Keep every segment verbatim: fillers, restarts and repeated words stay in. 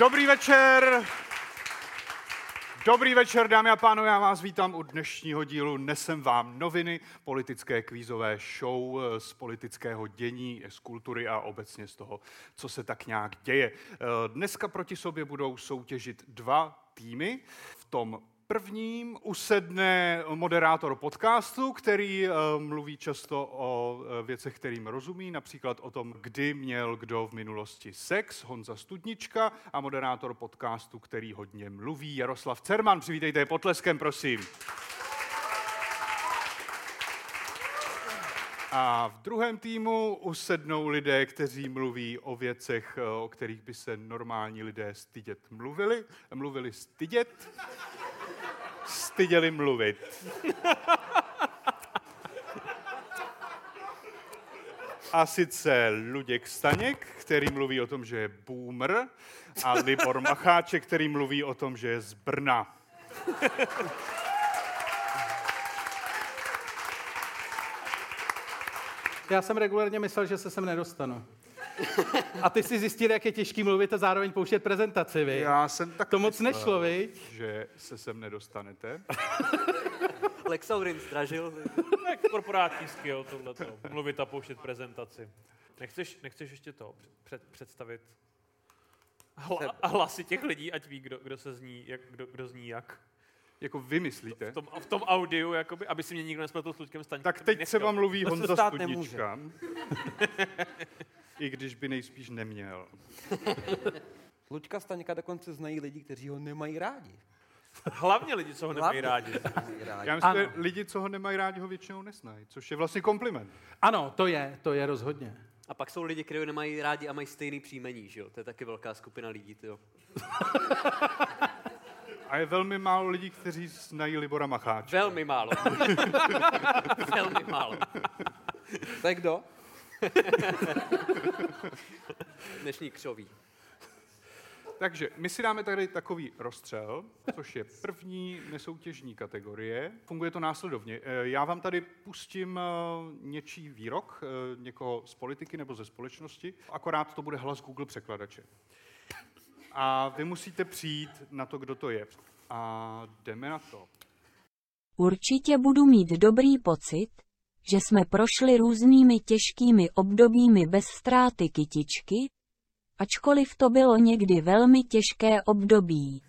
Dobrý večer. Dobrý večer, dámy a pánové, já vás vítám u dnešního dílu Nesem vám noviny, politické kvízové show z politického dění, z kultury a obecně z toho, co se tak nějak děje. Dneska proti sobě budou soutěžit dva týmy. V tom prvním usedne moderátor podcastu, který uh, mluví často o uh, věcech, kterým rozumí, například o tom, kdy měl kdo v minulosti sex, Honza Studnička, a moderátor podcastu, který hodně mluví, Jaroslav Cerman. Přivítejte je potleskem, prosím. A v druhém týmu usednou lidé, kteří mluví o věcech, o kterých by se normální lidé stydět mluvili. Mluvili stydět. Styděli mluvit. A sice Luděk Staněk, který mluví o tom, že je boomer, a Libor Macháček, který mluví o tom, že je z Brna. Já jsem regulérně myslel, že se sem nedostanu. A ty si zjistil, jak je těžký mluvit a zároveň pouštět prezentaci, vy. Já jsem tak to moc nešlo, vy. Že se sem nedostanete. Lexaurin zdražil. Tak korporátní skill tohleto. Mluvit a pouštět prezentaci. Nechceš, nechceš ještě to před, představit Hla, hlasy těch lidí, ať ví, kdo, kdo se zní, jak, kdo, kdo zní jak. Jako vy myslíte? V tom, v tom audiu, jakoby, aby si mě nikdo nespletl s Luďkem Staňkem. Tak teď třeba mluví Honza Studnička. I když by nejspíš neměl. Luďka Staňka dokonce znají lidi, kteří ho nemají rádi. Hlavně lidi, co ho nemají rádi. Já myslím, že lidi, co ho nemají rádi, ho většinou neznají, což je vlastně kompliment. Ano, to je, to je rozhodně. A pak jsou lidi, kteří ho nemají rádi a mají stejný příjmení, že jo? To je taky velká skupina lidí, tyjo. A je velmi málo lidí, kteří znají Libora Macháčka. Velmi málo. Velmi málo. To je kdo? Dnešní křoví. Takže my si dáme tady takový rozstřel, což je první nesoutěžní kategorie. Funguje to následovně. Já vám tady pustím něčí výrok, někoho z politiky nebo ze společnosti, akorát to bude hlas Google překladače. A vy musíte přijít na to, kdo to je. A jdeme na to. Určitě budu mít dobrý pocit, že jsme prošli různými těžkými obdobími bez ztráty kytičky, ačkoliv to bylo někdy velmi těžké období.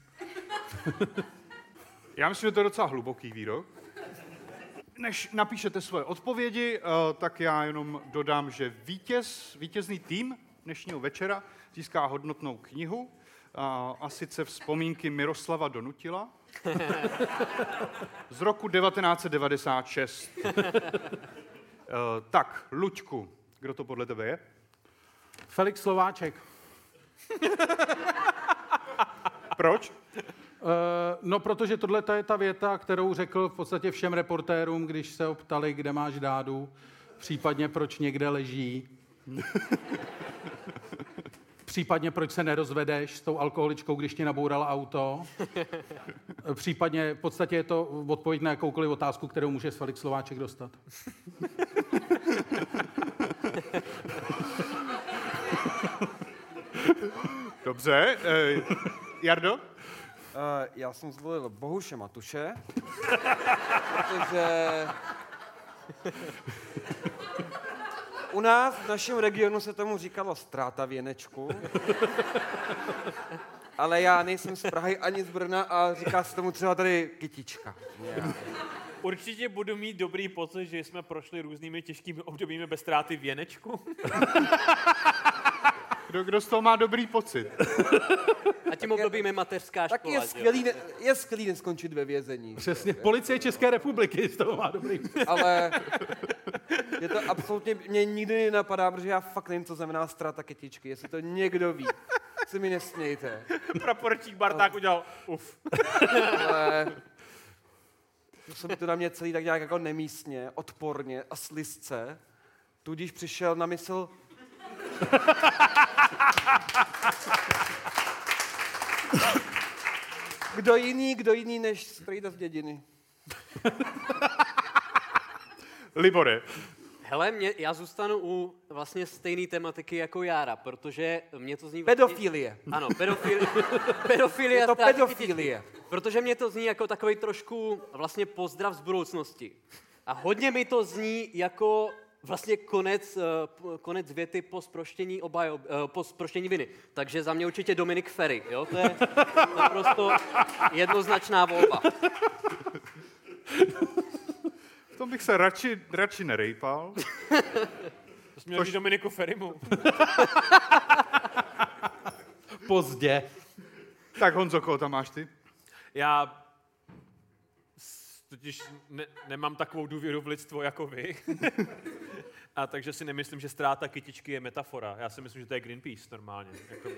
Já myslím, že to je docela hluboký výrok. Než napíšete svoje odpovědi, tak já jenom dodám, že vítěz, vítězný tým dnešního večera získá hodnotnou knihu, a, a sice Vzpomínky Miroslava Donutila z roku devatenáct set devadesát šest. Tak, Luďku, kdo to podle tebe je? Felix Slováček. Proč? Uh, no, protože tohle je ta věta, kterou řekl v podstatě všem reportérům, když se ho ptali, kde máš dádu, případně proč někde leží. Případně proč se nerozvedeš s tou alkoholičkou, když ti nabourala auto. Případně v podstatě je to odpověď na jakoukoliv otázku, kterou může Felix Slováček dostat. Dobře. Eh, Jardo? Uh, já jsem zvolil Bohuše Matuše, protože u nás v našem regionu se tomu říkalo ztráta věnečku, ale já nejsem z Prahy ani z Brna a říká se tomu třeba tady kytička. Yeah. Určitě budu mít dobrý pocit, že jsme prošli různými těžkými obdobími bez ztráty věnečku. Kdo, kdo z toho má dobrý pocit? A tím obdobím je mateřská škola. Tak je skvělý, ne, je skvělý neskončit ve vězení. Přesně, Policie České republiky z toho má dobrý. Ale je to absolutně, mě nikdy nenapadá, protože já fakt nevím, co znamená ztráta kytičky. Jestli to někdo ví, se mi nesmějte. Praporčík Barták udělal uf. Ale působí to na mě celý tak nějak jako nemístně, odporně a slizce. Tudíž přišel na mysl... Kdo jiný, kdo jiný než strejda z dědiny. Libore. Hele, mě, já zůstanu u vlastně stejné tematiky jako Jára, protože mě to zní... Pedofilie. Ano, pedofilie. pedofilie Je to ztráty pedofilie. kytičky. Protože mě to zní jako takový trošku vlastně pozdrav z budoucnosti. A hodně mi to zní jako vlastně konec, uh, konec věty po zproštění, obajob, uh, po zproštění viny. Takže za mě určitě Dominik Ferry, jo? To je naprosto jednoznačná volba. V tom bych se radši, radši nerejpal. To jsi měl říct Dominiku Ferrymu. Pozdě. Tak Honzo, koho tam máš ty? Já s- totiž ne, nemám takovou důvěru v lidstvo jako vy. A takže si nemyslím, že ztráta kytičky je metafora. Já si myslím, že to je Greenpeace normálně. Jakoby.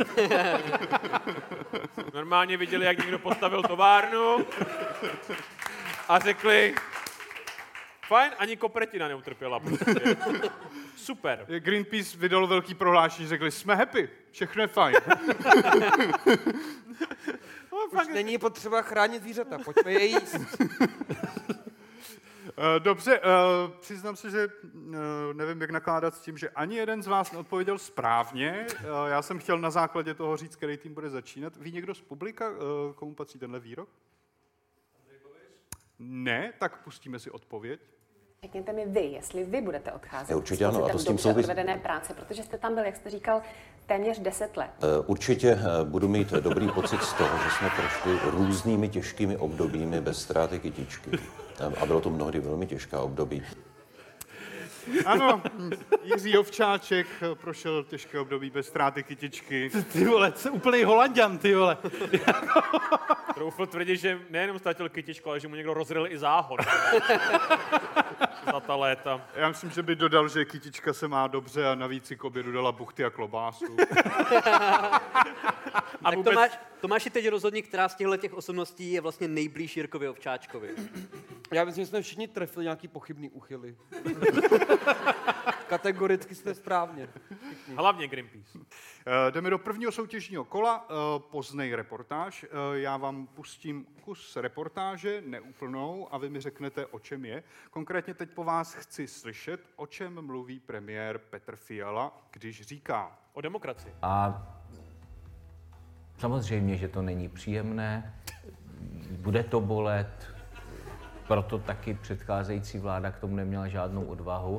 Normálně viděli, jak někdo postavil továrnu a řekli, fajn, ani kopretina neutrpěla. Prostě. Super. Greenpeace vydal velký prohlášení, řekli, jsme happy, všechno je fajn. Už není potřeba chránit zvířata, pojďme je jíst. Eh, Dobře, eh, přiznám se, že eh, nevím, jak nakládat s tím, že ani jeden z vás neodpověděl správně. Eh, Já jsem chtěl na základě toho říct, který tým bude začínat. Ví někdo z publika, eh, komu patří tenhle výrok? Ne, tak pustíme si odpověď. Řekněte mi vy, jestli vy budete odcházet Určitě ano, a to s tím dobře souvisí. odvedené práce, protože jste tam byl, jak jste říkal, téměř deset let. Určitě budu mít dobrý pocit z toho, že jsme prošli různými těžkými obdobími bez ztráty kytičky. A bylo to mnohdy velmi těžká období. Ano, Jiří Ovčáček prošel těžké období bez ztráty kytičky. Ty vole, jsi úplný Holanďan, ty vole. Troufl tvrdit, že nejenom ztratil kytičku, ale že mu někdo rozryl i záhon. Za ta léta. Já myslím, že by dodal, že kytička se má dobře a navíc si k obědu dala buchty a klobásu. A Tak vůbec, Tomáš, Tomáši, teď rozhodni, která z těchto těch osobností je vlastně nejblíž Jirkovi Ovčáčkovi. Já myslím, že jsme všichni trefili nějaký pochybný úchyly. Kategoricky jste správně. hlavně Greenpeace. Eh, Jdeme do prvního soutěžního kola, eh, poznej reportáž. Eh, Já vám pustím kus reportáže, neúplnou, a vy mi řeknete, o čem je. Konkrétně teď po vás chci slyšet, o čem mluví premiér Petr Fiala, když říká. O demokracii. A samozřejmě, že to není příjemné, bude to bolet, proto taky předcházející vláda k tomu neměla žádnou odvahu.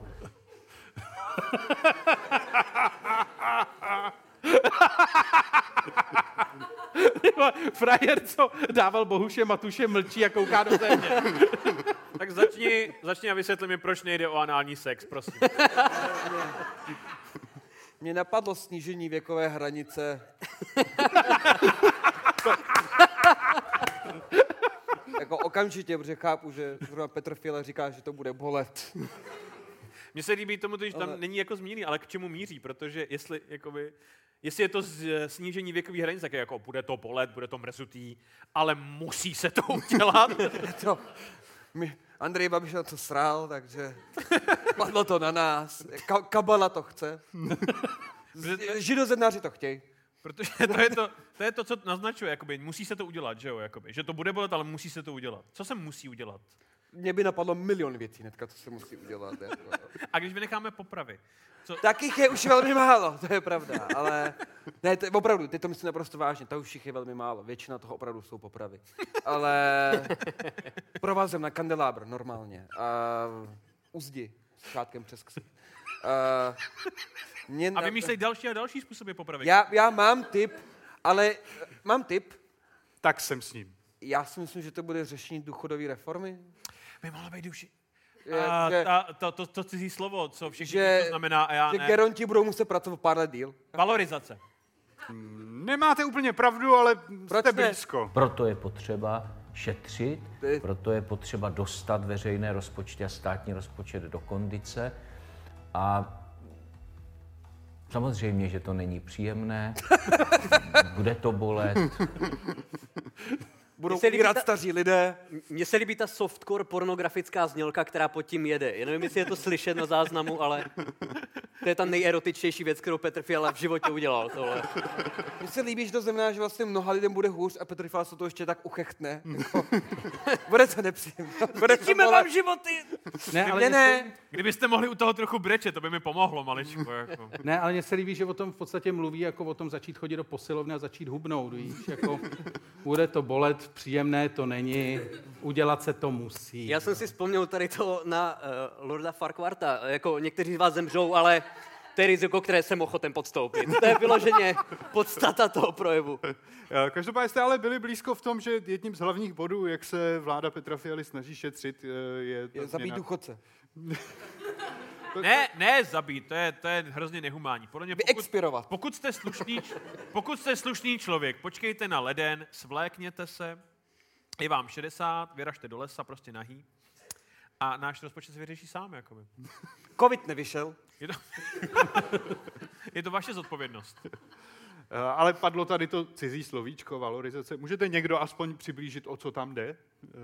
Frajer, co dával Bohuše Matuše, mlčí a kouká do země. Tak začni, začni a vysvětli mi, proč nejde o anální sex, prosím. Mě napadlo snížení věkové hranice. Jako okamžitě, protože chápu, že zrovna Petr Fiala říká, že to bude bolet. Mně se líbí tomu, že tam Ale- není jako zmíněný, ale k čemu míří, protože jestli, jakoby, jestli je to z, snížení věkové hranice, tak je jako bude to bolet, bude to mrzutý, ale musí se to udělat. To, my, Andrej Babiš na to srál, takže padlo to na nás. Ka- kabala to chce. Z- Židozednáři to chtějí. Protože to je to, to je to, co naznačuje, jakoby, musí se to udělat, že jo, jakoby, že to bude bolet, ale musí se to udělat. Co se musí udělat? Mě by napadlo milion věcí hnedka, co se musí udělat. Jako. A když vynecháme popravy, co, Tak jich je už velmi málo, to je pravda, ale ne, to je opravdu, teď to myslím naprosto vážně, to už jich je velmi málo, většina toho opravdu jsou popravy. Ale provázem na kandelábr normálně a uzdi s šátkem přes ksich. A, mě a na- vymýšlej další a další způsoby popravy. já, já mám tip, ale mám tip. Tak jsem s ním. Já si myslím, že to bude řešení důchodové reformy. By mohla být duši. Je- A že- ta, to, to, to cizí slovo, co všichni Že- to znamená a já Že ne. geronti budou muset pracovat pár let díl. Valorizace. Nemáte úplně pravdu, ale Proč jste ne? blízko. Proto je potřeba šetřit, Ty- proto je potřeba dostat veřejné rozpočty a státní rozpočet do kondice. A samozřejmě, že to není příjemné, bude to bolet. budou se líbí umírat ta- staří lidé. Mně se líbí ta softcore pornografická znělka, která pod tím jede. Já nevím, jestli je to slyšet na záznamu, ale to je ta nejerotičtější věc, kterou Petr Fiala v životě udělal. Tohle. Mně se líbí, že to znamená, že vlastně mnoha lidem bude hůř a Petr Fiala se to ještě tak uchechtne. Jako, bude to nepříjemné. Bude to Číme bolet. vám životy! Ne, ale Ne, mně ne. Kdybyste mohli u toho trochu brečet, to by mi pomohlo maličko. Jako. Se, ne, ale mně se líbí, že o tom v podstatě mluví jako o tom začít chodit do posilovny a začít hubnout, víš, jako bude to bolet, příjemné to není, udělat se to musí. Já jsem si vzpomněl tady to na uh, Lorda Farquharta. Jako někteří z vás zemřou, ale to je riziko, které jsem ochoten podstoupit. To je vyloženě podstata toho projevu. Každopádně jste ale byli blízko v tom, že jedním z hlavních bodů, jak se vláda Petra Fialy snaží šetřit, je... Je zabít důchodce. Ne, ne zabít, to je, to je hrozně nehumánní. Podle mě, pokud, Vyexpirovat. pokud, jste slušný, č- pokud jste slušný člověk, počkejte na leden, svlékněte se, je vám šedesát, vyražte do lesa, prostě nahý a náš rozpočet se vyřeší sám. Jakoby. Covid nevyšel. Je to, je to vaše zodpovědnost. Ale padlo tady to cizí slovíčko, valorizace. Můžete někdo aspoň přiblížit, o co tam jde?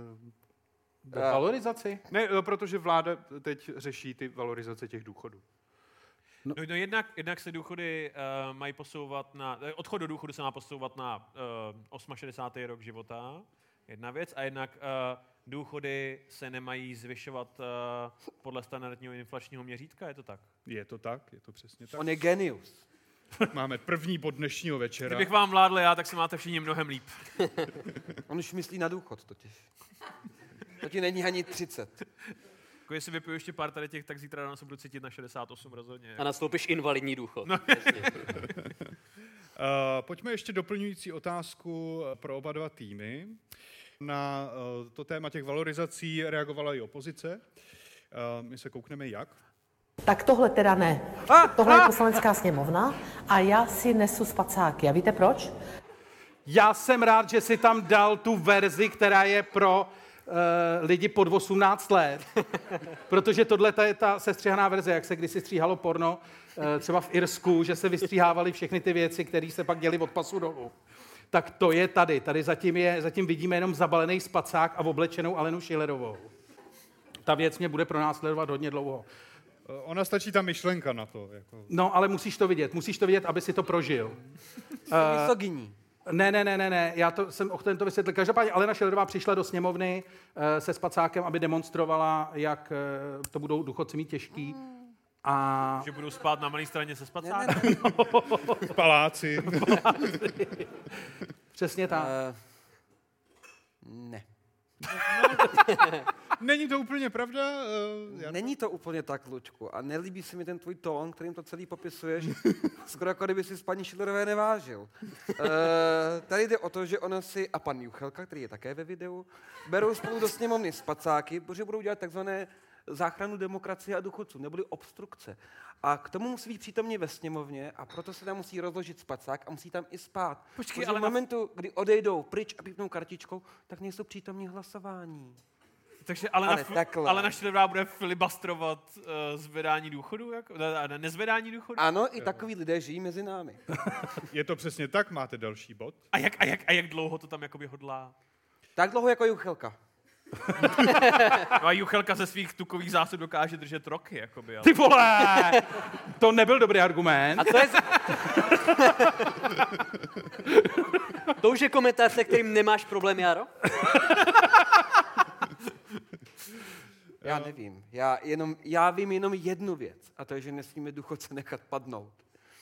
Do valorizaci? Ne, protože vláda teď řeší ty valorizace těch důchodů. No, no jednak, jednak se důchody uh, mají posouvat na, odchod do důchodu se má posouvat na uh, šedesátý osmý rok života, jedna věc, a jednak uh, důchody se nemají zvyšovat uh, podle standardního inflačního měřítka, je to tak? Je to tak, je to přesně tak. On je genius. Máme první bod dnešního večera. Kdybych vám vládl já, tak se máte všichni mnohem líp. On už myslí na důchod totiž. To ti není ani třicet. Jako jestli vypiju ještě pár tady těch, tak zítra ráno se budu cítit na šedesát osm rozhodně. A nastoupíš invalidní důchod. No. Uh, pojďme ještě doplňující otázku pro oba dva týmy. Na uh, to téma těch valorizací reagovala i opozice. Uh, my se koukneme jak. Tak tohle teda ne. Tohle je poslanecká sněmovna a já si nesu spacáky. A víte proč? Já jsem rád, že si tam dal tu verzi, která je pro uh, lidi pod osmnáct let. Protože tohle je ta sestříhaná verze, jak se kdysi stříhalo porno, uh, třeba v Irsku, že se vystříhávaly všechny ty věci, které se pak děly od pasu dolů. Tak to je tady. Tady zatím, je, zatím vidíme jenom zabalený spacák a oblečenou Alenu Schillerovou. Ta věc mě bude pronásledovat hodně dlouho. Ona stačí ta myšlenka na to. Jako. No, ale musíš to vidět. Musíš to vidět, aby si to prožil. Uh, misogyní. Ne, ne, ne, ne, ne, já to jsem ochoten to vysvětlit. Každopádně Alena Schillerová přišla do sněmovny uh, se spacákem, aby demonstrovala, jak uh, to budou důchodci mít těžký. A... Že budou spát na malé straně se spacákem? Ne, ne, ne. V paláci. Přesně tak. Uh, ne. Není to úplně pravda? Uh, já... Není to úplně tak, Lučku. A nelíbí se mi ten tvůj tón, kterým to celý popisuješ. Skoro jako kdyby si s paní Schillerové nevážil. Uh, tady jde o to, že ona si a pan Juchelka, který je také ve videu, berou spolu do sněmovny spacáky, protože budou dělat takzvané záchranu demokracie a důchodců, neboli obstrukce. A k tomu musí být přítomně ve sněmovně a proto se tam musí rozložit spacák a musí tam i spát. Počkej, ale ale v na- momentu, kdy odejdou pryč a pípnou kartičkou, tak nejsou přítomní hlasování. Takže Alena, Ale takhle. Alena Schillerová bude filibastrovat uh, zvedání důchodu? Jako? Ne, ne, nezvedání důchodu? Ano, i takový lidé žijí mezi námi. Je to přesně tak, máte další bod. A jak, a jak, a jak dlouho to tam jakoby hodlá? Tak dlouho jako Juchelka. No a Juchelka ze svých tukových zásob dokáže držet roky, jakoby. Ale... Ty vole! To nebyl dobrý argument. A to je... To už je komentář, se kterým nemáš problém, Jaro? Já nevím. Já, jenom, já vím jenom jednu věc. A to je, že nesmíme důchodce nechat padnout.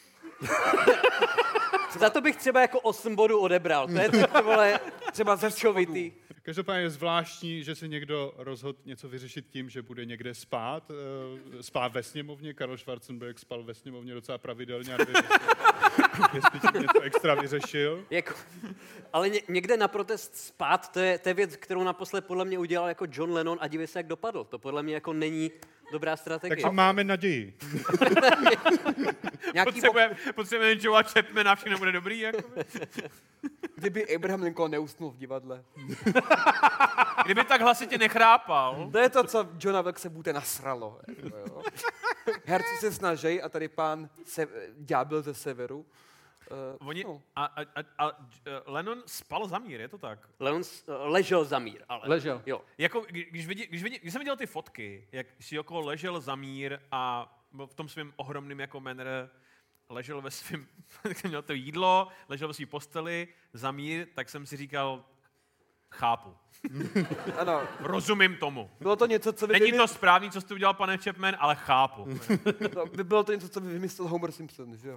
Za to bych třeba jako osm bodů odebral. To je to, vole, Třeba ze zrčovitý. Každopádně je zvláštní, že se někdo rozhodl něco vyřešit tím, že bude někde spát. Uh, spát ve sněmovně. Karel Schwarzenberg spal ve sněmovně docela pravidelně. A nevím, jestli tím něco extra vyřešil. Jako, ale ně, někde na protest spát, to je, to je věc, kterou naposled podle mě udělal jako John Lennon a dívej se, jak dopadl. To podle mě jako není dobrá strategie. Takže máme naději. Potřebujeme potřebuje Joea Chapmana, všechno bude dobrý. Jako. Kdyby Abraham Lincoln neusnul v divadle. Kdyby tak hlasitě nechrápal. To je to, co Johna Wilkese bude nasralo. Jako, jo. Herci se snaží a tady pán se, ďábel ze severu Uh, Oni, no. a, a, a, a Lennon spal za mír, je to tak? Lennon uh, ležel za mír, ale. Ležel. Jo. Jako, když, vidí, když, vidí, když jsem viděl ty fotky, jak si jako ležel za mír a v tom svém ohromném jako manner ležel ve svém, měl to jídlo, ležel ve své posteli za mír, tak jsem si říkal, chápu. Ano. Rozumím tomu. Bylo to něco, co vy Není vymysl... to správný, co jste udělal, pane Chapman, ale chápu. No, by bylo to něco, co by vymyslel Homer Simpson, že jo?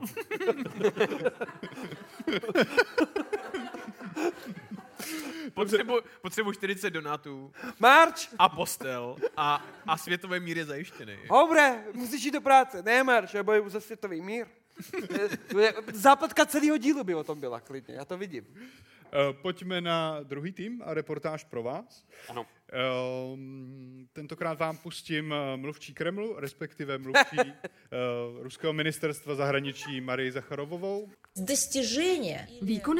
Potřebuji potřebuji čtyřicet donátů. Marč! A postel. A, a světový mír je zajištěný. Hobre, musíš jít do práce. Ne, Marč, já bojuju za světový mír. Zápletka celého dílu by o tom byla, klidně, já to vidím. Uh, pojďme na druhý tým a reportáž pro vás. Ano. Uh, tentokrát vám pustím uh, mluvčí Kremlu, respektive mluvčí uh, ruského ministerstva zahraničí Marii Zacharovovou. Достижение. Výkony.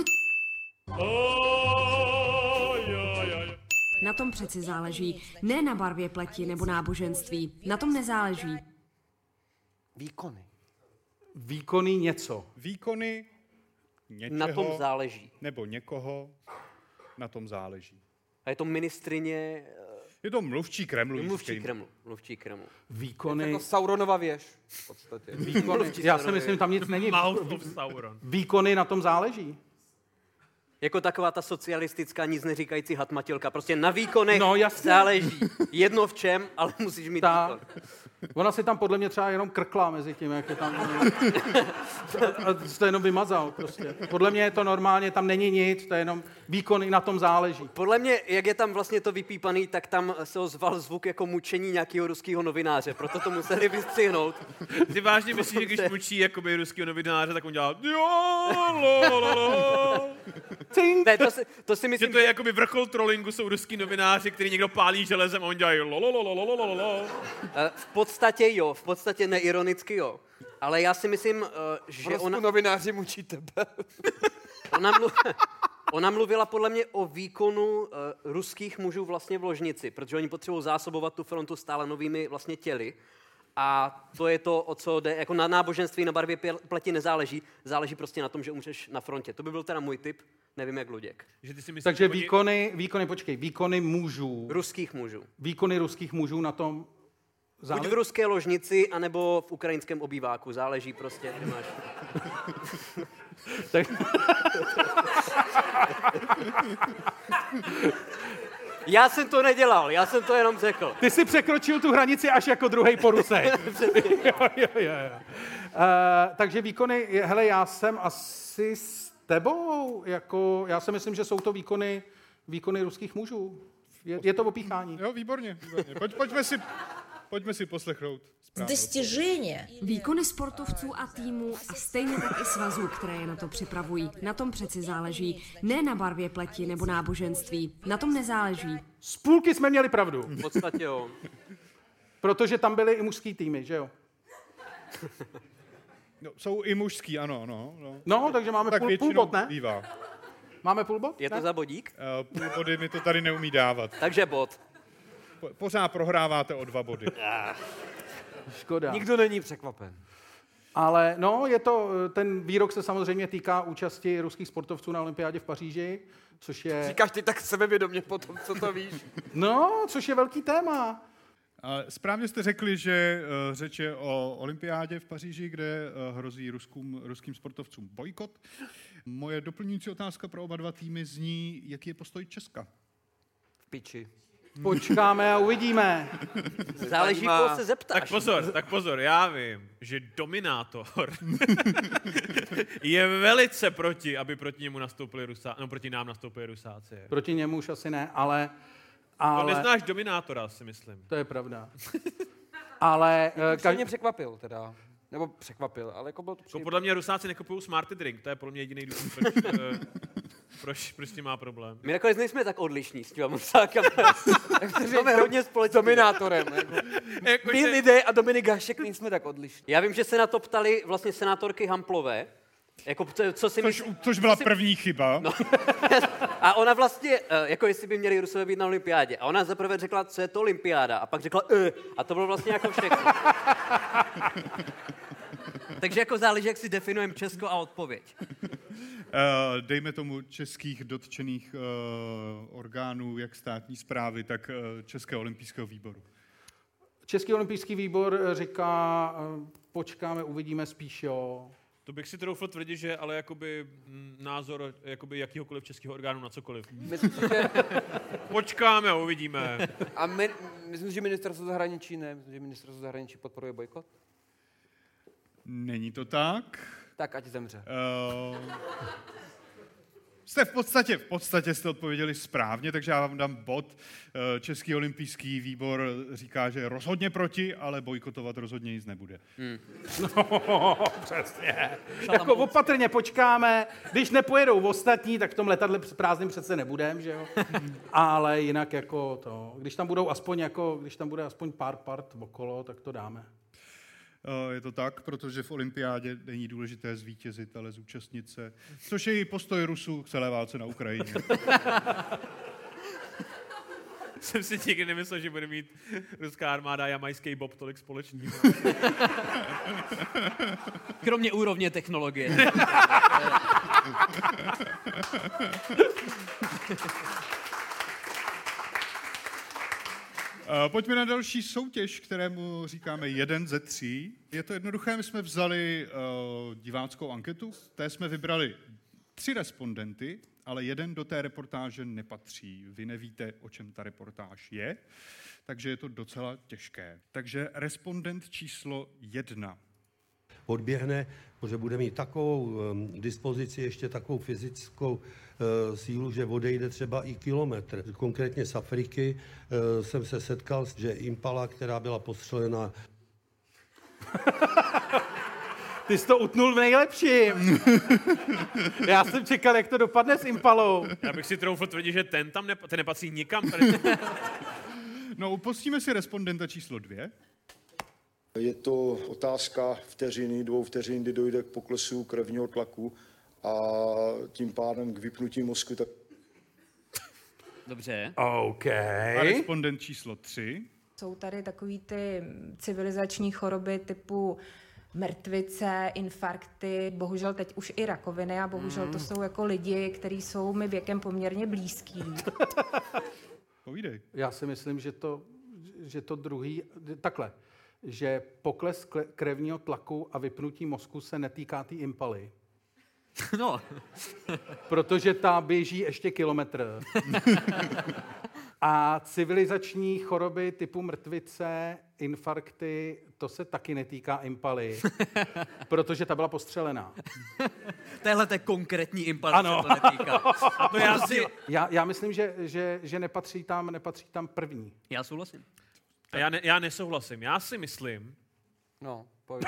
Na tom přeci záleží. Ne na barvě pleti nebo náboženství. Na tom nezáleží. Výkony. Výkony něco. Výkony něčeho. Na tom záleží. Nebo někoho. Na tom záleží. A je to ministrině... Je to mluvčí Kremlu. Mluvčí Kremlu. Mluvčí Kremlu. Výkony... Jako Sauronova věž, v podstatě. Výkony, já si myslím, tam nic není. Výkony na tom záleží. Jako taková ta socialistická, nic neříkající hatmatilka. Prostě na výkonech no, jasně. záleží. Jedno v čem, ale musíš mít ta, výkon. Ona si tam podle mě třeba jenom krkla mezi tím, jak je tam... a to jenom vymazal prostě. Podle mě je to normálně, tam není nic, to je jenom výkony, na tom záleží. Podle mě, jak je tam vlastně to vypípaný, tak tam se ozval zvuk jako mučení nějakého ruského novináře, proto to museli vystřihnout. Ty vážně myslíš, že když mučí jakoby ruského novináře, tak on dělá jo, lo, lo, lo. Ne, to, si, to si myslím, že to je jakoby vrchol trollingu, jsou ruský novináři, který někdo pálí železem a on dělají lo, lo, lo, lo, lo, lo, lo. V podstatě jo, v podstatě neironicky jo. Ale já si myslím, že ona... novináři mučí tebe. ona, mluv... ona mluvila podle mě o výkonu uh, ruských mužů vlastně v ložnici, protože oni potřebují zásobovat tu frontu stále novými vlastně těly. A to je to, o co jde, jako na náboženství, na barvě pleti nezáleží, záleží prostě na tom, že umřeš na frontě. To by byl teda můj tip, nevím jak Luděk. Že ty si myslíš, Takže že výkony, výkony, počkej, výkony mužů. Ruských mužů. Výkony ruských mužů na tom záleží? Buď v ruské ložnici, anebo v ukrajinském obýváku, záleží prostě, kde máš. Tak... Já jsem to nedělal, já jsem to jenom řekl. Ty jsi překročil tu hranici až jako druhej porusek. jo, jo, jo, jo. Uh, takže výkony, hele, já jsem asi s tebou, jako, já si myslím, že jsou to výkony, výkony ruských mužů. Je, je to opíchání. Jo, výborně. výborně. Pojď, pojďme, si, pojďme si poslechnout. Достижение. Výkony sportovců a týmů a stejně tak i svazů, které je na to připravují. Na tom přeci záleží. Ne na barvě pleti nebo náboženství. Na tom nezáleží. Z půlky jsme měli pravdu. V podstatě jo. Protože tam byly i mužský týmy, že jo? No, jsou i mužský, ano, no. No, no takže máme tak půl, půl bod, ne? Bývá. Máme půl bod? Je to ne? za bodík? Uh, půl body mi to tady neumí dávat. Takže bod. Po, pořád prohráváte o dva body. Škoda. Nikdo není překvapen. Ale no, je to, ten výrok se samozřejmě týká účasti ruských sportovců na olympiádě v Paříži, což je... Říkáš ty tak sebevědomě potom, co to víš. No, což je velký téma. Správně jste řekli, že uh, řeč je o olympiádě v Paříži, kde uh, hrozí ruským, ruským sportovcům bojkot. Moje doplňující otázka pro oba dva týmy zní, jaký je postoj Česka? V piči. Počkáme a uvidíme. Záleží, koho se zeptáš. Tak pozor, tak pozor, já vím, že Dominátor je velice proti, aby proti němu nastoupili Rusáci, no proti nám nastoupili Rusáci. Proti němu už asi ne, ale... ale... To neznáš Dominátora, si myslím. To je pravda. ale... Uh, Kaž... mě překvapil teda. Nebo překvapil, ale jako bylo to příjemné. Podle mě Rusáci nekupují Smarty Drink, to je podle mě jediný důvod, proč, uh, proč prostě má problém. My nakonec nejsme tak odlišní s těma Rusákama. Máme hodně společného. Dominátorem. Jako. jako My lidé a Dominik Hašek nejsme tak odlišní. Já vím, že se na to ptali vlastně senátorky Hamplové. Jako, co, co si což, myslí, což byla si... první chyba. No. A ona vlastně, jako jestli by měli Rusové být na olympiádě. A ona zaprvé řekla, co je to olympiáda. A pak řekla, e. A to bylo vlastně jako všechno. Takže jako záleží, jak si definujeme Česko a odpověď. Uh, dejme tomu českých dotčených uh, orgánů, jak státní správy, tak uh, Českého olympijského výboru. Český olympijský výbor říká, uh, počkáme, uvidíme spíš, jo. To bych si troufl tvrdit, že ale jakoby názor jakoby jakýhokoliv českého orgánu na cokoliv. Myslím, že... Počkáme a uvidíme. A my, myslím, že ministerstvo zahraničí ne. Myslím, že ministerstvo zahraničí podporuje bojkot. Není to tak. Tak ať zemře. Uh, jste v podstatě, v podstatě jste odpověděli správně, takže já vám dám bod. Uh, Český olympijský výbor říká, že je rozhodně proti, ale bojkotovat rozhodně nic nebude. Hmm. No, přesně. Jako opatrně počkáme. Když nepojedou ostatní, tak v tom letadle prázdným přece nebudem, že jo? Ale jinak jako to, když tam budou aspoň jako, když tam bude aspoň pár part okolo, tak to dáme. Je to tak, protože v olympiádě není důležité zvítězit, ale zúčastnit se, což je i postoj Rusů k celé válce na Ukrajině. Jsem si nikdy nemyslel, že bude mít ruská armáda a jamajský bob tolik společného. Kromě úrovně technologie. Uh, pojďme na další soutěž, kterému říkáme jeden ze tří. Je to jednoduché, my jsme vzali uh, diváckou anketu, v té jsme vybrali tři respondenty, ale jeden do té reportáže nepatří. Vy nevíte, o čem ta reportáž je, takže je to docela těžké. Takže respondent číslo jedna. Odběhne, protože bude mít takovou um, dispozici, ještě takovou fyzickou uh, sílu, že odejde třeba i kilometr. Konkrétně z Afriky uh, jsem se setkal, že impala, která byla postřelena... Ty jsi to utnul v nejlepším. Já jsem čekal, jak to dopadne s impalou. Já bych si troufl tvrdit, že ten tam nepa- ten nepatří nikam. Tady... No, upustíme si respondenta číslo dvě. Je to otázka vteřiny, dvou vteřin, kdy dojde k poklesu krevního tlaku a tím pádem k vypnutí mozku. Tak... Dobře. OK. A respondent číslo tři. Jsou tady takový ty civilizační choroby typu mrtvice, infarkty, bohužel teď už i rakoviny a bohužel to jsou jako lidi, kteří jsou mi věkem poměrně blízký. Povídej. Já si myslím, že to, že to druhý, takhle, že pokles krevního tlaku a vypnutí mozku se netýká té impaly. No. Protože ta běží ještě kilometr. A civilizační choroby typu mrtvice, infarkty, to se taky netýká impaly, protože ta byla postřelená. Téhle té konkrétní impaly se to netýká. A to já, si... já, já myslím, že, že, že nepatří, tam, nepatří tam první. Já souhlasím. A já, ne, já nesouhlasím. Já si myslím... No, pojď.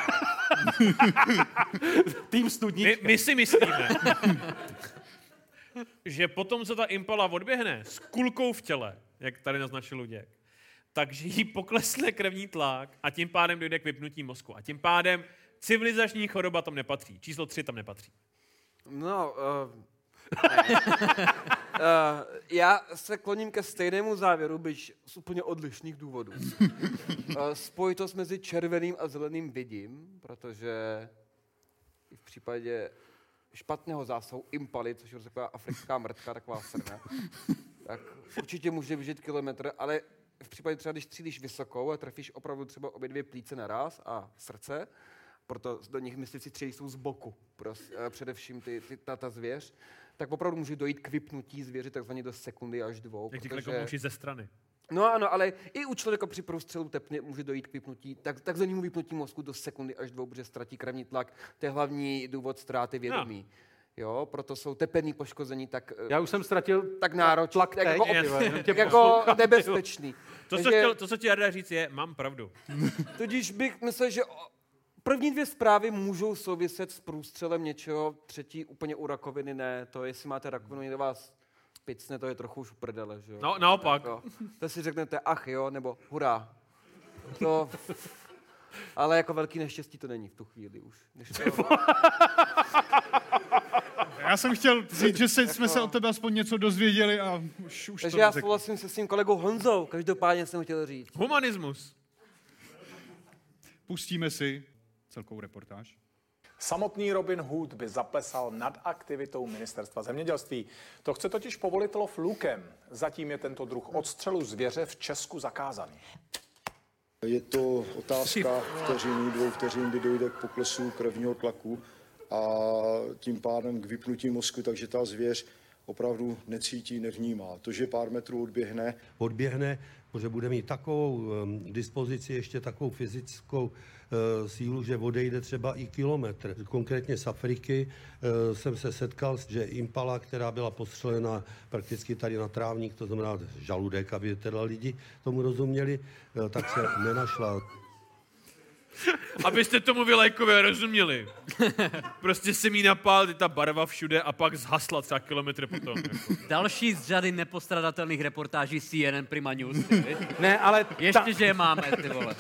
Tým studnička. My, my si myslíme, že potom, co ta impala odběhne s kulkou v těle, jak tady naznačil Luděk, takže jí poklesne krevní tlak a tím pádem dojde k vypnutí mozku. A tím pádem civilizační choroba tam nepatří. Číslo tři tam nepatří. No, uh, uh, já se kloním ke stejnému závěru, byť z úplně odlišných důvodů. Uh, spojitost mezi červeným a zeleným vidím, protože v případě špatného zásahu impaly, což je taková africká mrtka, taková srna, tak určitě může vyžít kilometr, ale v případě třeba, když střílíš vysokou a trefíš opravdu třeba obě dvě plíce naraz a srdce, proto do nich myslíci střelí jsou z boku, pros, především ty, ty, ta, ta zvěř, tak opravdu může dojít k vypnutí zvěře takzvaně do sekundy až dvou. Jak protože... ty ze strany. No ano, ale i u člověka při prostřelu tepně může dojít k vypnutí, tak, takzvanému vypnutí mozku do sekundy až dvou, protože ztratí krevní tlak. To je hlavní důvod ztráty vědomí. No. Jo, proto jsou tepenní poškození tak Já už jsem ztratil tak náročný, tlak tak teď, jako, tak jako nebezpečný. To, co, chtěl, to, co ti Jarda říct, je, mám pravdu. Tudíž bych myslel, že první dvě zprávy můžou souviset s průstřelem něčeho, třetí úplně u rakoviny ne. To, jestli máte rakovinu, někdo vás picne, to je trochu už uprdele, že jo? No, naopak. To, to si řeknete, ach jo, nebo hurá. To... Ale jako velký neštěstí to není v tu chvíli už. Než to... Já jsem chtěl říct, že se, jsme se od tebe aspoň něco dozvěděli a už, už Takže to já souhlasím se svým kolegou Honzou, každopádně jsem chtěl říct. Humanismus. Pustíme si celkovou reportáž. Samotný Robin Hood by zaplesal nad aktivitou ministerstva zemědělství. To chce totiž povolit lov lukem. Zatím je tento druh odstřelu zvěře v Česku zakázaný. Je to otázka vteřiny, dvou vteřin, kdy dojde k poklesu krevního tlaku a tím pádem k vypnutí mozku, takže ta zvěř opravdu necítí, nevnímá. To, že pár metrů odběhne. Odběhne, protože bude mít takovou um, dispozici, ještě takovou fyzickou uh, sílu, že odejde třeba i kilometr. Konkrétně z Afriky uh, jsem se setkal, že impala, která byla postřelena prakticky tady na trávník, to znamená žaludek, aby teda lidi tomu rozuměli, uh, tak se nenašla. Abyste tomu vy lajkové rozuměli. Prostě se mi napál ta barva všude a pak zhasla třeba kilometr potom. Jako. Další z řady nepostradatelných reportáží C N N Prima News. Ne, ale... Ještě, ta... že je máme, ty vole.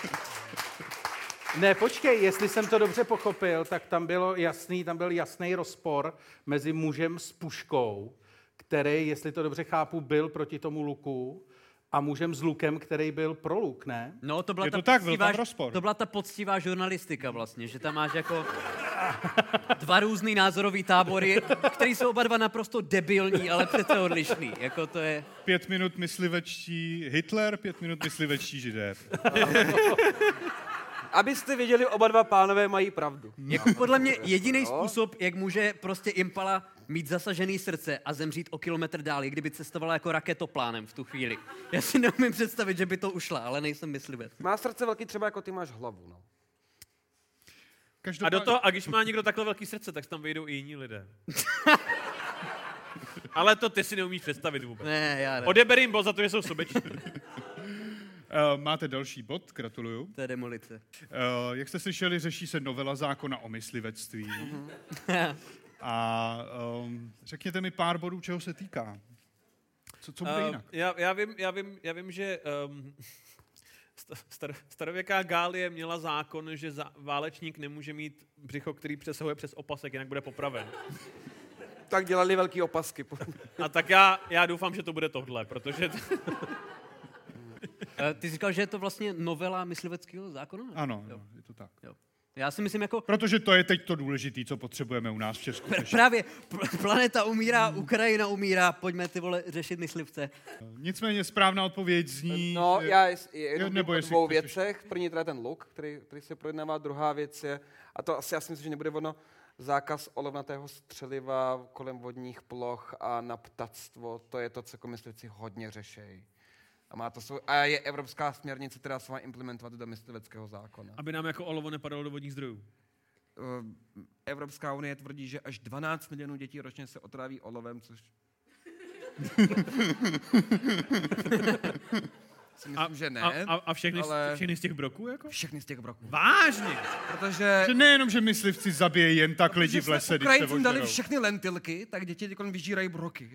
Ne, počkej, jestli jsem to dobře pochopil, tak tam bylo jasný, tam byl jasný rozpor mezi mužem s puškou, který, jestli to dobře chápu, byl proti tomu luku, a mužem s lukem, který byl pro luk, ne? No, to byla Je ta to tak, byl poctivá, tam rozpor. To byla ta poctivá žurnalistika vlastně, že tam máš jako dva různý názorový tábory, který jsou oba dva naprosto debilní, ale přece odlišný. Jako to je... Pět minut myslivečtí Hitler, pět minut myslivečtí Židé. Abyste věděli, oba dva pánové mají pravdu. Jako podle mě jediný způsob, jak může prostě impala mít zasažený srdce a zemřít o kilometr dál, je kdyby cestovala jako raketoplánem v tu chvíli. Já si neumím představit, že by to ušla, ale nejsem myslivec. Má srdce velký třeba jako ty máš hlavu, no. A, do toho, a když má někdo takhle velký srdce, tak tam vejdou i jiní lidé. Ale to ty si neumíš představit vůbec. Ne, já ne. Odeber jim bod za to, že jsou sobeční. Uh, máte další bod, gratuluju. To je demolice. Uh, jak jste slyšeli, řeší se novela zákona o myslivectví. Mm-hmm. A um, řekněte mi pár bodů, čeho se týká. Co, co bude uh, jinak? Já, já, vím, já, vím, já vím, že um, star, starověká Gálie měla zákon, že za, válečník nemůže mít břicho, který přesahuje přes opasek, jinak bude popraven. Tak dělali velký opasky. A tak já, já doufám, že to bude tohle, protože... T... Ty jsi říkal, že je to vlastně novela mysliveckého zákona? Ano, jo. je to tak. Jo. Já si myslím jako... Protože to je teď to důležité, co potřebujeme u nás v Česku. Pr- právě, pl- planeta umírá, Ukrajina umírá, pojďme ty vole řešit myslivce. Nicméně správná odpověď zní... No, já jenom nebo o dvou věcech. První teda ten luk, který, který se projednává, druhá věc je, a to asi já si myslím, že nebude ono, zákaz olovnatého střeliva kolem vodních ploch a na ptactvo, to je to, co myslivci hodně řešejí. A, má to svou, a je evropská směrnice, která se má implementovat do mysliveckého zákona. Aby nám jako olovo nepadalo do vodních zdrojů. Evropská unie tvrdí, že až dvanáct milionů dětí ročně se otráví olovem, což... Myslím, a, že ne. A, a všechny, ale... všechny z těch broků? Jako? Všechny z těch broků. Vážně? Protože... Že nejenom, že myslivci zabije jen tak lidi v lese, když se Ukrajincům dali všechny lentilky, tak děti teď vyžírají broky.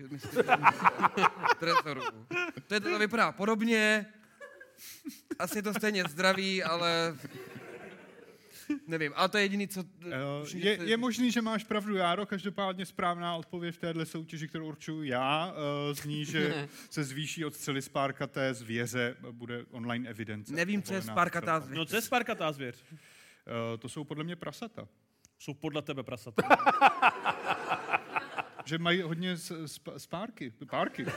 To, je, to vypadá podobně. Asi je to stejně zdraví, ale... Nevím, ale to je jediný, co... Uh, je, je možný, že máš pravdu, Járo, každopádně správná odpověď v téhle soutěži, kterou určuju já, uh, zní, že se zvýší odstřely spárkaté zvěře, bude online evidence. Nevím, co je spárkatá zvěř. No, co je spárkatá zvěř? Uh, to jsou podle mě prasata. Jsou podle tebe prasata. Že mají hodně sp- spárky, párky.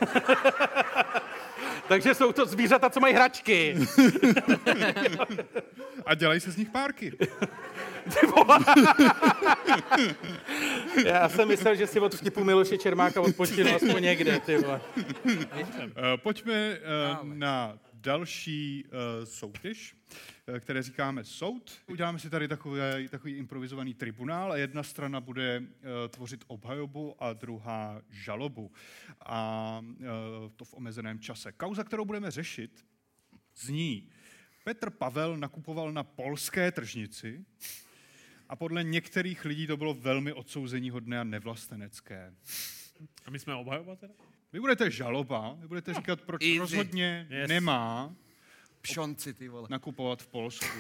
Takže jsou to zvířata, co mají hračky. A dělají se z nich párky. Já jsem myslel, že si od vtipu Miloše Čermáka odpočinu aspoň někde, ty vole. Pojďme uh, na další uh, soutěž, uh, které říkáme soud. Uděláme si tady takový, takový improvizovaný tribunál a jedna strana bude uh, tvořit obhajobu a druhá žalobu. A uh, to v omezeném čase. Kauza, kterou budeme řešit, zní: Petr Pavel nakupoval na polské tržnici a podle některých lidí to bylo velmi odsouzeníhodné a nevlastenecké. A my jsme obhajoba teda? Vy budete žaloba, vy budete říkat, proč Easy. rozhodně Yes. nemá Pšonci, ty vole. nakupovat v Polsku.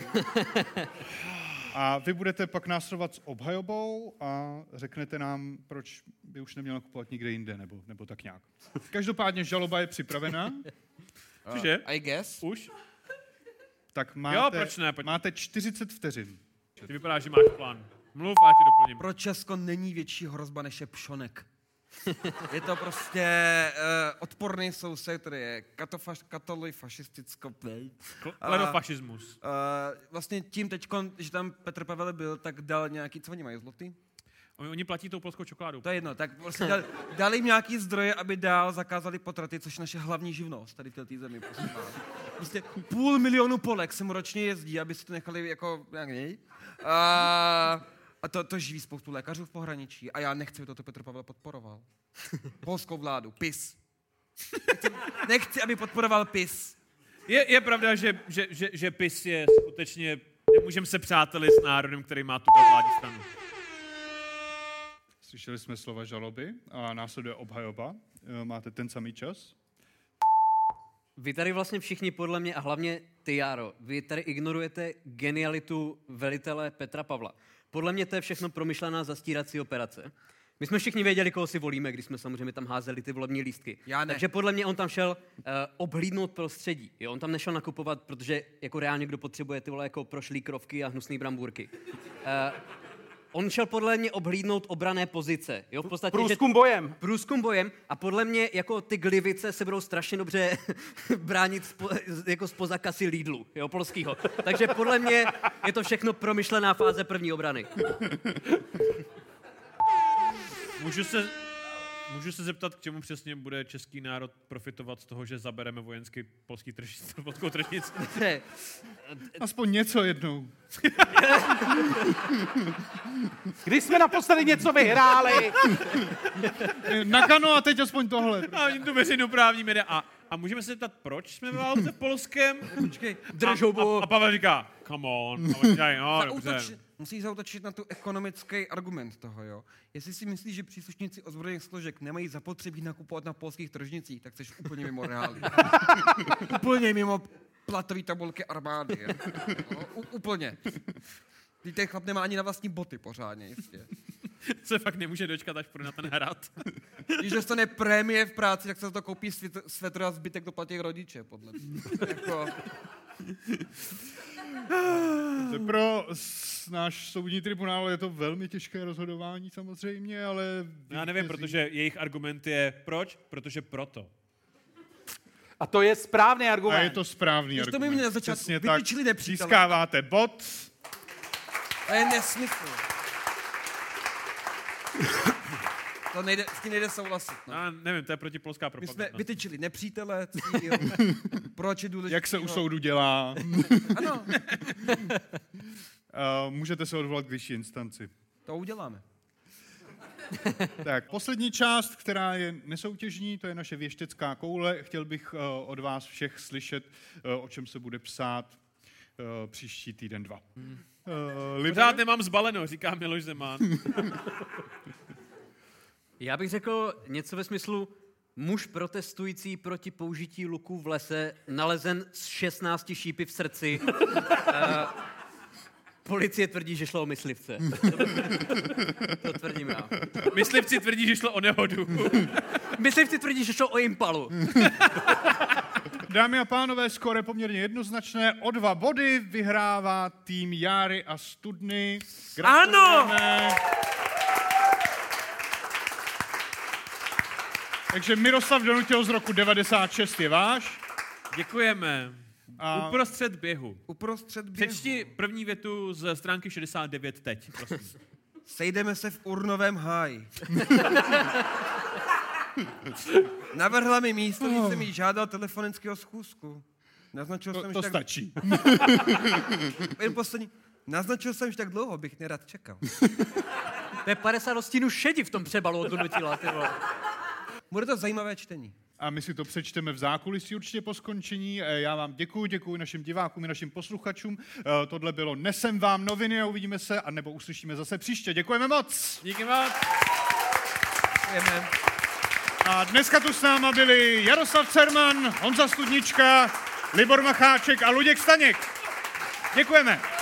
A vy budete pak následovat s obhajobou a řeknete nám, proč by už neměl nakupovat nikde jinde, nebo, nebo tak nějak. Každopádně žaloba je připravena. Cože? Uh, I guess. Už? Tak máte, Jo, proč ne? Pojď. máte čtyřicet vteřin. Ty vypadá, že máš plán. Mluv a já ti doplním. Pro Česko není větší hrozba než je pšonek. Je to prostě uh, odporný soused, který je katofaš, katoli, fašisticko... Klerofašismus. Uh, vlastně tím teďkon, že tam Petr Pavel byl, tak dal nějaký, co oni mají, zloty? Oni platí tou polskou čokoládou. To je jedno, tak prostě dali, dali jim nějaký zdroje, aby dál zakázali potraty, což je naše hlavní živnost tady v této zemi. Prostě půl milionu Polek sem ročně jezdí, aby si to nechali jako nějak něj. A, a to, to živí spoustu lékařů v pohraničí a já nechci, aby toto Petr Pavel podporoval. Polskou vládu, PiS. Nechci, nechci aby podporoval PiS. Je, je pravda, že, že, že, že PiS je skutečně... Nemůžeme se přátelit s národem, který má tu vládní stranu. Slyšeli jsme slova žaloby a následuje obhajoba. Máte ten samý čas? Vy tady vlastně všichni podle mě, a hlavně ty, Járo, vy tady ignorujete genialitu velitele Petra Pavla. Podle mě to je všechno promyšlená zastírací operace. My jsme všichni věděli, koho si volíme, když jsme samozřejmě tam házeli ty volební lístky. Já ne. Takže podle mě on tam šel uh, obhlídnout prostředí. Jo? On tam nešel nakupovat, protože jako reálně kdo potřebuje ty vole jako prošlý krovky a hnusný brambůrky. Uh, On šel podle mě obhlídnout obrané pozice. Jo? V podstatě, průzkum že... bojem. Průzkum bojem. A podle mě jako ty glivice se budou strašně dobře bránit spo, jako spoza kasy Lidlu, jo, polskýho. Takže podle mě je to všechno promyšlená fáze první obrany. Můžu se, můžu se zeptat, k čemu přesně bude český národ profitovat z toho, že zabereme vojenský polský trž, polskou tržnici? Aspoň něco jednou. Když jsme naposledy něco vyhráli. Nakano a teď aspoň tohle. A oni tu veřejnoprávní média. A, a můžeme se zeptat, proč jsme ve válce v Polském? Počkej, a, a, a Pavel říká, come on. A oni říkají, no, dobře. Musíš zautočit na tu ekonomický argument toho, jo. Jestli si myslíš, že příslušníci ozbrojených složek nemají zapotřebí nakupovat na polských tržnicích, tak jsi úplně mimo reálii. Úplně mimo platový tabulky armády. No, u, úplně. Teď ten chlap nemá ani na vlastní boty pořádně, jistě. Se fakt nemůže dočkat, až půjde na ten hrad. Když dostane prémie v práci, tak se za to koupí svetr a zbytek doplatí rodiče, podle mě. Jako... Pro náš soudní tribunál je to velmi těžké rozhodování samozřejmě, ale... Já nevím, protože jejich argument je proč? Protože proto. A to je správný argument. A je to správný Když argument. to mi mě na začátku vytyčili nepřítele. Získáváte bod. To je nesmysl. To nejde, s tím nejde souhlasit. No. Já nevím, to je protipolská propaganda. My jsme vytyčili nepřítele, cíl, proč je důležitý. Jak se u soudu dělá. Ano. uh, můžete se odvolat k vyšší instanci. To uděláme. Tak, poslední část, která je nesoutěžní, to je naše věštecká koule. Chtěl bych uh, od vás všech slyšet, uh, o čem se bude psát uh, příští týden dva. Hmm. Uh, Pořád nemám zbaleno, říká Miloš Zeman. Já bych řekl něco ve smyslu, muž protestující proti použití luku v lese nalezen s šestnácti šípy v srdci. uh, policie tvrdí, že šlo o myslivce. To tvrdím já. Myslivci tvrdí, že šlo o nehodu. Myslivci tvrdí, že šlo o impalu. Dámy a pánové, skóre poměrně jednoznačné. O dva body vyhrává tým Járy a Studny. Ano! Takže Miroslav Donutil z roku devadesát šest je váš. Děkujeme. A uprostřed běhu. Uprostřed běhu. Přečti první větu z stránky šedesát devět teď, prosím. Sejdeme se v Urnovém háji. Navrhla mi místo, když jsem jí žádal telefonického schůzku. Naznačil to jsem, to že stačí. Tak... Jen poslední. Naznačil jsem, že tak dlouho bych nerad čekal. To je padesát odstínů šedi v tom přebalu od Donutila, ty vole. Bude to zajímavé čtení. A my si to přečteme v zákulisí určitě po skončení. Já vám děkuji, děkuji našim divákům i našim posluchačům. Tohle bylo Nesem vám noviny a uvidíme se, anebo uslyšíme zase příště. Děkujeme moc. Díky moc. Děkujeme. A dneska tu s náma byli Jaroslav Cerman, Honza Studnička, Libor Macháček a Luděk Staněk. Děkujeme.